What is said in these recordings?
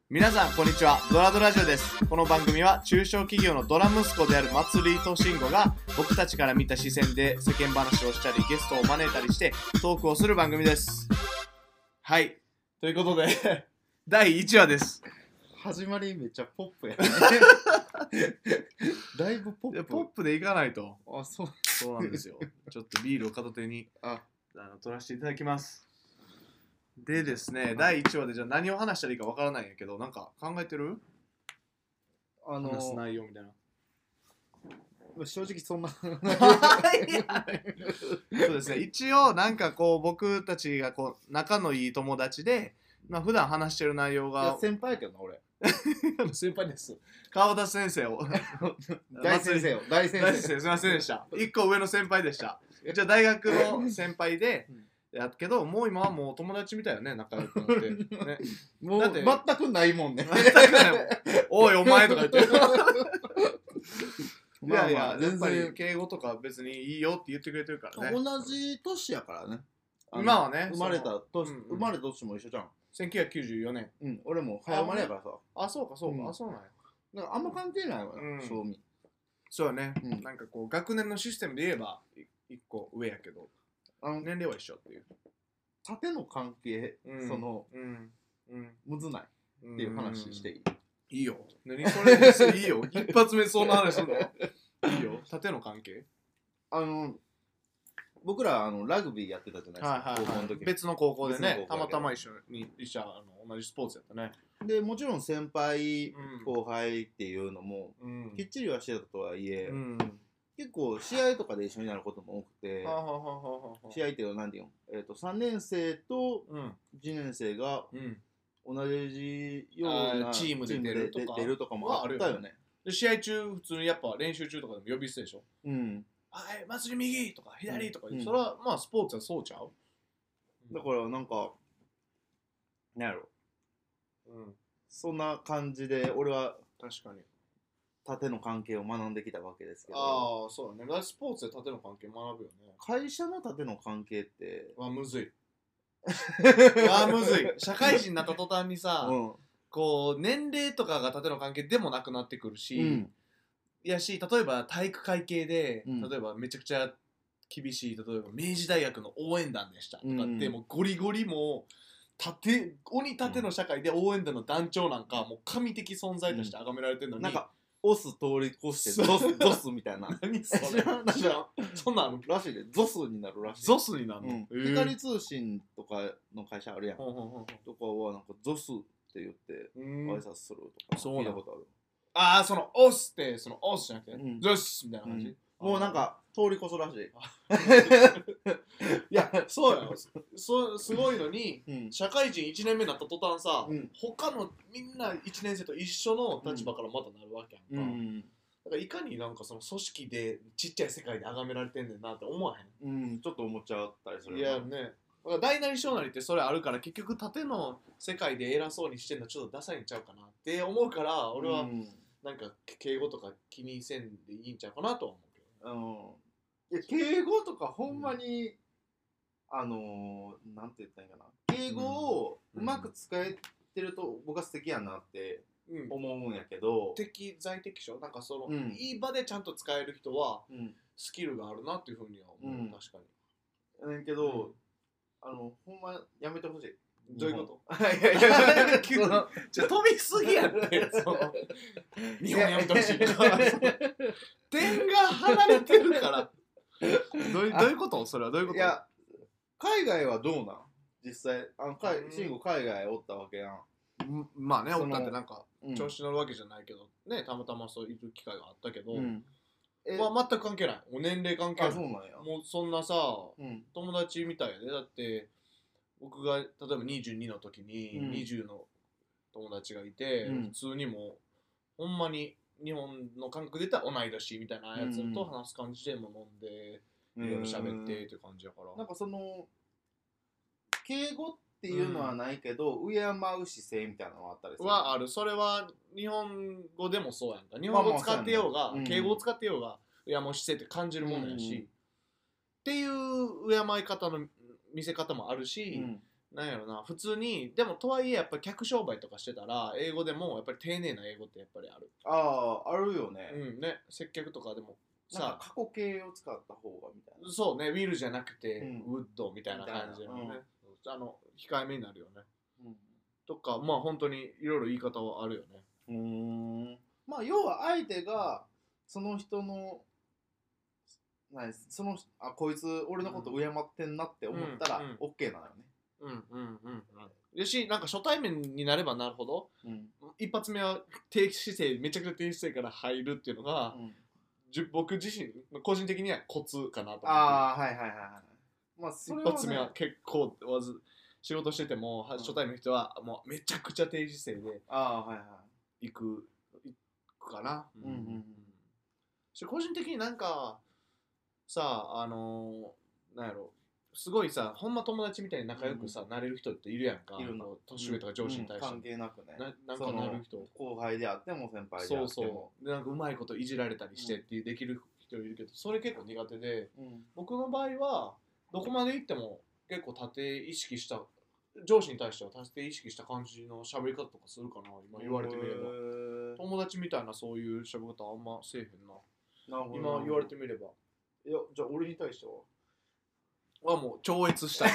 皆さんこんにちは。ドラドラジオです。この番組は中小企業のドラ息子であるまつりとしんごが僕たちから見た視線で世間話をしたりゲストを招いたりしてトークをする番組です。はい、ということで第1話です。 始まりめっちゃポップやねだいぶポップ。 ポップでいかないと。 そうなんですよ。ちょっとビールを片手に取らせていただきます。でですね、第1話でじゃあ何を話したらいいかわからないんやけど、なんか考えてる？話す内容みたいな。 正直そんなそうですね、一応なんかこう僕たちがこう仲のいい友達で、まあ普段話してる内容が。 いや先輩やけどな俺先輩です。川田先生を大先生すいませんでした。1個上の先輩でした。じゃあ大学の先輩でやけど、もう今はもう友達みたいよね、仲良くなってね。 もうだって全くないもんね。 おいお前とか言っていやいや、 まあ全然やっぱり敬語とか別にいいよって言ってくれてるからね。 同じ年やからね。 今はね、 生まれた年も一緒じゃん。 1994年。 うん、俺も早生まれやからさ。 あ、そうかそうか、そうなんや。 だからあんま関係ないわな、正味。 そうね、なんかこう学年のシステムで言えば1個上やけど、年齢は一緒っていう。 縦の関係、むずないっていう話していい？ いいよ。何それいいよ。一発目そんな話すんの？いいよ。縦の関係？ 僕らラグビーやってたじゃないですか、高校の時。 別の高校でね、たまたま一緒同じスポーツやったね。 でもちろん先輩、後輩っていうのもきっちりはしてたとはいえ、結構試合とかで一緒になることも多くて、試合っていうのは何て言うの、3年生と1年生が同じようなチームで出るとかもあったよね。 試合中普通にやっぱ練習中とかでも呼び捨てでしょ。はい、祭り右とか左とか、それはまあスポーツはそうちゃう。 だからなんかなんやろ、そんな感じで俺は確かに縦の関係を学んできたわけですけど。 ああ、そうだね。スポーツで縦の関係学ぶよね。 会社の縦の関係ってむずいむずい。社会人になった途端にさ、こう年齢とかが縦の関係でもなくなってくるし、やし、例えば体育会系で、例えばめちゃくちゃ厳しい、例えば明治大学の応援団でしたとかって、もうゴリゴリもう鬼縦の社会で応援団の団長なんかもう神的存在として崇められてるのに、 なんかオス通り越してゾスみたいな。 何それ？そんなのらしいで、ゾスになるらしい。 ゾスになるの？ 光通信とかの会社あるやん。とかはなんかゾスって言って挨拶するとか聞いたことある。 ああ、そのオスってそのオスじゃなくてゾスみたいな感じ。 もうなんか通り越すらしい。 いや、そうやよ。すごいのに、社会人1年目になった途端さ、他のみんな1年生と一緒の立場からまたなるわけやんか。だからいかになんかその組織でちっちゃい世界で崇められてんねんなって思わへん。 ちょっと思っちゃったりする。 いやね。だから大なり小なりってそれあるから、結局縦の世界で偉そうにしてんのちょっとダサいんちゃうかなって思うから、俺はなんか敬語とか気にせんでいいんちゃうかなとは思うけど。 いや敬語とかほんまに、なんて言ったらいいかな、敬語をうまく使えてると僕は素敵やなって思うんやけど、 適材適所、なんかその、いい場でちゃんと使える人はスキルがあるなっていうふうには思う。確かに。 やねんけど、ほんまやめてほしい。 どういうこと？ いや飛びすぎやって日本やめてほしい点が離れてるからどういうこと？それはどういうこと？ いや、海外はどうなん？実際慎吾海外おったわけやん。 まあね、おったってなんか調子乗るわけじゃないけどね、たまたまそういう機会があったけど、まあ全く関係ない。お年齢関係ない。 そうなんや。 もうそんなさ、友達みたいやで。だって僕が例えば22の時に20の友達がいて、普通にもほんまに日本の感覚で言ったら同い年みたいなやつと話す感じでも飲んでいろいろ喋ってっていう感じやから、 なんかその敬語っていうのはないけど、敬う姿勢みたいなのはあったりする。 はある。それは日本語でもそうやんか。日本語使ってようが、敬語を使ってようが敬う姿勢って感じるものやし、っていう敬い方の見せ方もあるし、 なんやろな、普通にでもとはいえやっぱり客商売とかしてたら英語でもやっぱり丁寧な英語ってやっぱりある。 ああ、あるよね。 うんね、接客とかでもさ、過去形を使った方がみたいな。 そうね、ウィルじゃなくて、ウッドみたいな感じのね、控えめになるよね。とか、まあ本当にいろいろ言い方はあるよね。 まあ要は相手がその人のこいつ俺のこと敬ってんなって思ったら OK なのよね。 よし、なんか初対面になればなるほど、一発目は低姿勢、めちゃくちゃ低姿勢から入るっていうのが、僕自身個人的にはコツかなと思って。 ああ、はいはいはい。 まあそれは、ね、一発目は結構仕事してても、初対面の人はもうめちゃくちゃ低姿勢で行くかな。個人的になんかさなんやろ、すごいさ、ほんま友達みたいに仲良くさ、なれる人っているやんか。年上とか上司に対して、 関係なくね、 なんかなる人、 後輩であっても先輩であっても、 そうなんかうまいこといじられたりしてっていうできる人いるけど、それ結構苦手で、僕の場合はどこまで行っても結構縦意識した、上司に対しては縦意識した感じの喋り方とかするかな、今言われてみれば。友達みたいなそういう喋り方あんませえへんな。今言われてみれば。 いや、じゃあ俺に対してはもう超越した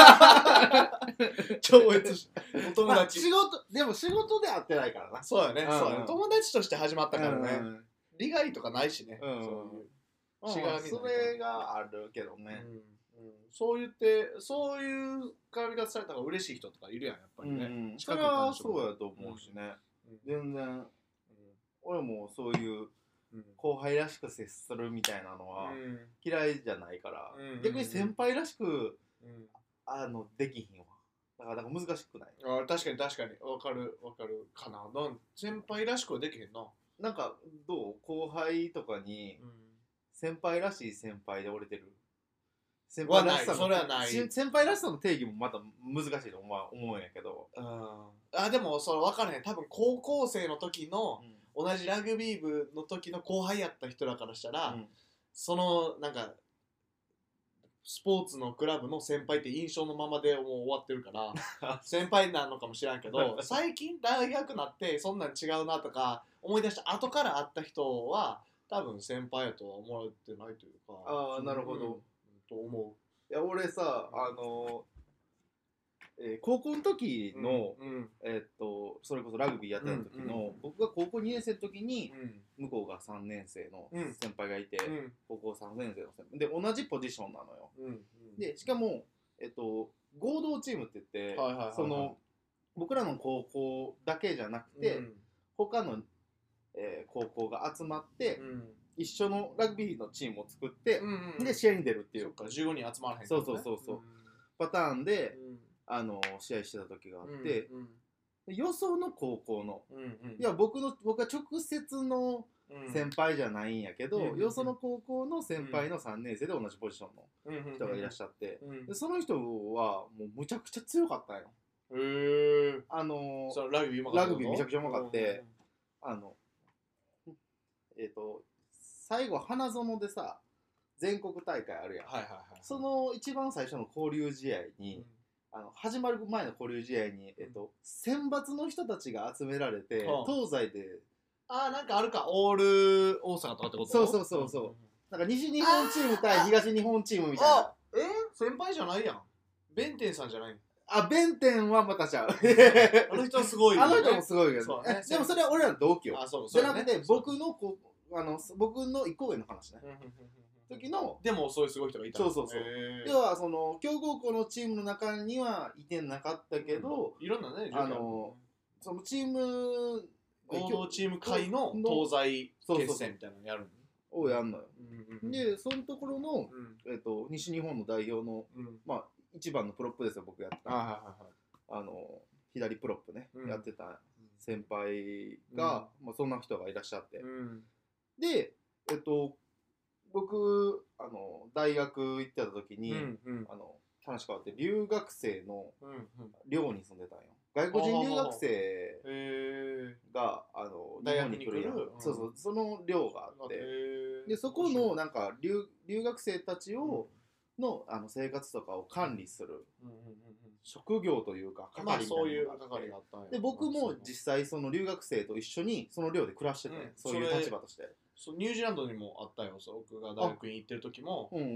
超越したお友達、 でも仕事で会ってないからな。 そうやね、そうやね、友達として始まったからね、利害とかないしね、 それがあるけどね、 そういう絡み方された方が嬉しい人とかいるやん、やっぱりね。 それはそうやと思うしね、全然俺もそういう後輩らしく接するみたいなのは嫌いじゃないから、逆に先輩らしくできひんわ。だから難しくない？ 確かにわかるかな。先輩らしくはできへんな。 なんかどう？後輩とかに先輩らしい先輩で折れてる？先輩らしさの定義もまた難しいと思うんやけど。 でもそれ分からへん。多分高校生の時の同じラグビー部の時の後輩やった人らからしたら、そのなんかスポーツのクラブの先輩って印象のままでもう終わってるから先輩なのかもしれんけど、最近大学になってそんなん違うなとか思い出した後から会った人は多分先輩やとは思われてないというか。 なるほど、 と思う。いや俺さ、高校の時の、それこそラグビーやってた時の、僕が高校2年生の時に、向こうが3年生の先輩がいて、高校3年生の先輩で同じポジションなのよ。でしかも、合同チームって言って、その僕らの高校だけじゃなくて、他の、高校が集まって、一緒のラグビーのチームを作って、で試合に出るっていう。 そっか、15人集まらへん、 そうパターンで、試合してた時があって、よその高校の、いや僕は直接の先輩じゃないんやけど、よその高校の先輩の3年生で同じポジションの人がいらっしゃって、でその人はもうむちゃくちゃ強かったんよ。 ラグビーめちゃくちゃうまかって、最後花園でさ全国大会あるやん。その一番最初の交流試合に、始まる前の交流試合に、選抜の人たちが集められて、東西でなんかあるか、オール大阪とかってこと？ そうなんか西日本チーム対東日本チームみたいな。 先輩じゃないやん。弁天さんじゃない？ 弁天はまたちゃう。 あの人はすごいよね。 あの人もすごいけど、でもそれは俺らの同期よ。じゃなくて僕の1個上の話ね。時のでもそういうすごい人がいた。 そう要はその強豪校のチームの中にはいてなかったけど、 いろんなね、 そのチーム合同チーム会の東西決戦みたいなのやるのをやんのよ。でそのところの西日本の代表のまあ一番のプロップですよ、僕やった左プロップねやってた先輩がそんな人がいらっしゃって、で僕大学行ってた時に話変わって留学生の寮に住んでたんよ。外国人留学生が大学に来る、 その寮があって、でそこのなんか留学生たちをの生活とかを管理する職業というか係みたいなのがあって、そういう係があったんや。 で僕も実際その留学生と一緒にその寮で暮らしてて、そういう立場として。 ニュージーランドにもあったよ。僕が大学に行ってる時も、なん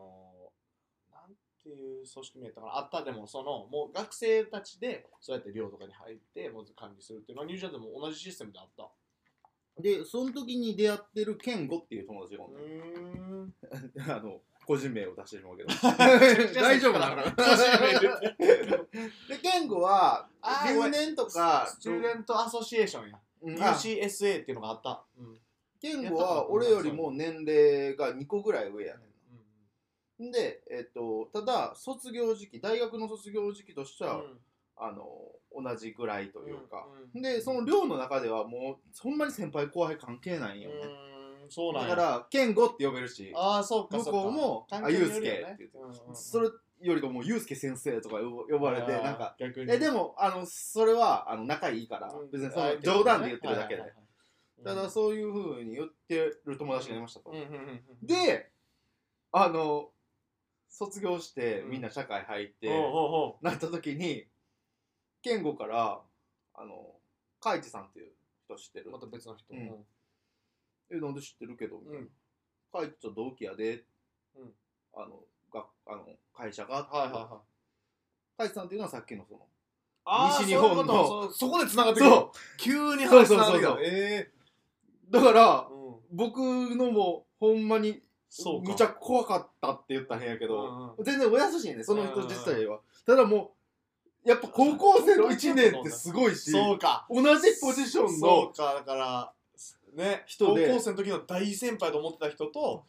ていう組織名やったかな、あった。でももう学生たちでそうやって寮とかに入ってまず管理するっていうのはニュージーランドも同じシステムであった。 でその時に出会ってるケンゴっていう友達がおんね個人名を出してしまうけど大丈夫なのかなでケンゴは留年とかスチューデントアソシエーションや、UCSA っていうのがあった。 ケンゴは俺よりも年齢が2個ぐらい上やねん。で、ただ卒業時期、大学の卒業時期としては、同じぐらいというか、でその寮の中ではもうそんなに先輩後輩関係ないんよね。 そうなんや。 だからケンゴって呼べるし、 そうか向こうもユウスケって言って、それよりかもうユウスケ先生とか呼ばれて、なんかでもそれは仲いいから別にその冗談で言ってるだけで、ただそういう風に言ってる友達がいましたと。で卒業してみんな社会入ってなった時にケンゴからカイチさんっていう人知ってる？ また別の人。 なんで知ってるけど、カイチと同期やで、会社が、カイチさんっていうのはさっきの西日本のそこで繋がってくる。急に話繋がってくる。 だから僕のもほんまにむちゃ怖かったって言ったら変やけど、全然お優しいね、その人自体は。ただもうやっぱ高校生の1年ってすごいし、同じポジションのだからね、高校生の時の大先輩と思ってた人と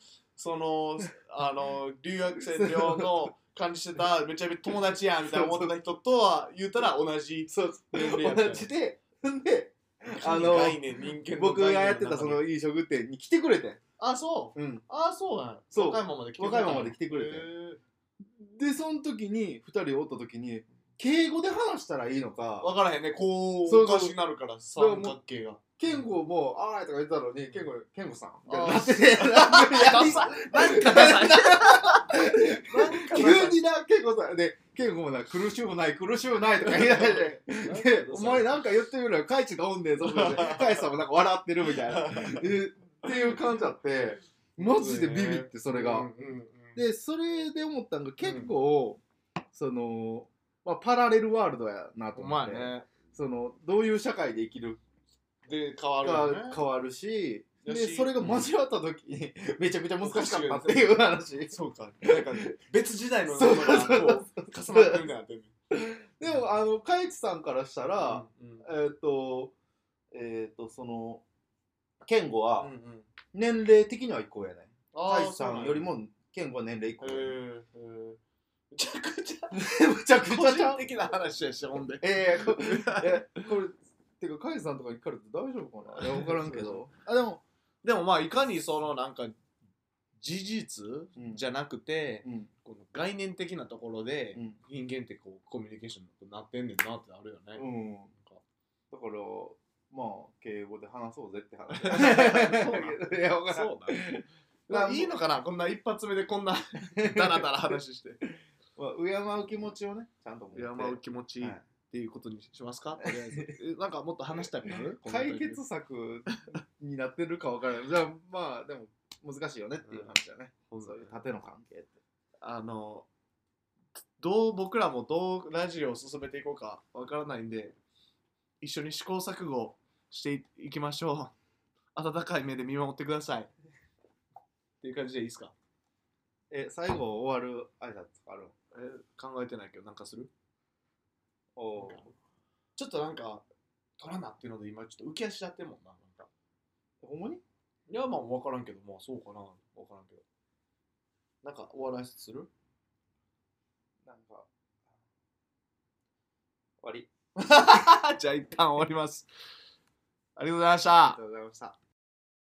留学生寮の感じしてためちゃめちゃ友達やんみたいな思ってた人とは言うたら同じ年齢やった。同じで僕がやってたその飲食店に来てくれてん。 そう。そうなんや。若いままで来てくれて。でその時に2人おった時に敬語で話したらいいのか分からへんね。こうおかしになるから三角形が。 ケンゴも「あーい」とか言ってたのにケンゴさんみたいになってて、なんかダサい急になケンゴさんで、ケンゴもな苦しゅうないとか言いながらで「お前なんか言ってみろよ、カイチがおんねん」そこでカイチさんもなんか笑ってるみたいなっていう感じあって、マジでビビって、それが。でそれで思ったのが結構パラレルワールドやなと思って、どういう社会で生きるで変わるし、でそれが交わった時にめちゃくちゃ難しかったっていう話。 そうか、なんか別時代のものが重なってるんだって。 でもカイチさんからしたらケンゴは年齢的には1個上やね。カイチさんよりもケンゴは年齢1個上。 むちゃくちゃ個人的な話やし、ほんで。 これてかカイさんとかに聞かれて大丈夫かな。分からんけど。 でもまあいかになんか事実じゃなくて、この概念的なところで人間ってコミュニケーションになってんねんなってあるよね。 だからまあ敬語で話そうぜって話。 そうだね。いいのかな、こんな一発目でこんなダラダラ話して。 敬う気持ちをね、ちゃんと敬う気持ちっていうことにしますか。とりあえずなんかもっと話したくなる解決策になってるか分からない。じゃあまあでも難しいよねっていう話だね。そういう縦の関係って僕らもどうラジオを進めていこうか分からないんで、一緒に試行錯誤していきましょう。温かい目で見守ってくださいっていう感じでいいですか。 最後終わる挨拶とかある？ 考えてないけど、なんかする？ちょっとなんか取らなっていうので今ちょっと浮き足しちゃってるもんな。なんかほんまに？ いやまあ分からんけど、まあそうかな、分からんけど、なんか終わらせする？ なんか終わり。 じゃあ一旦終わります。ありがとうございました。 ありがとうございました。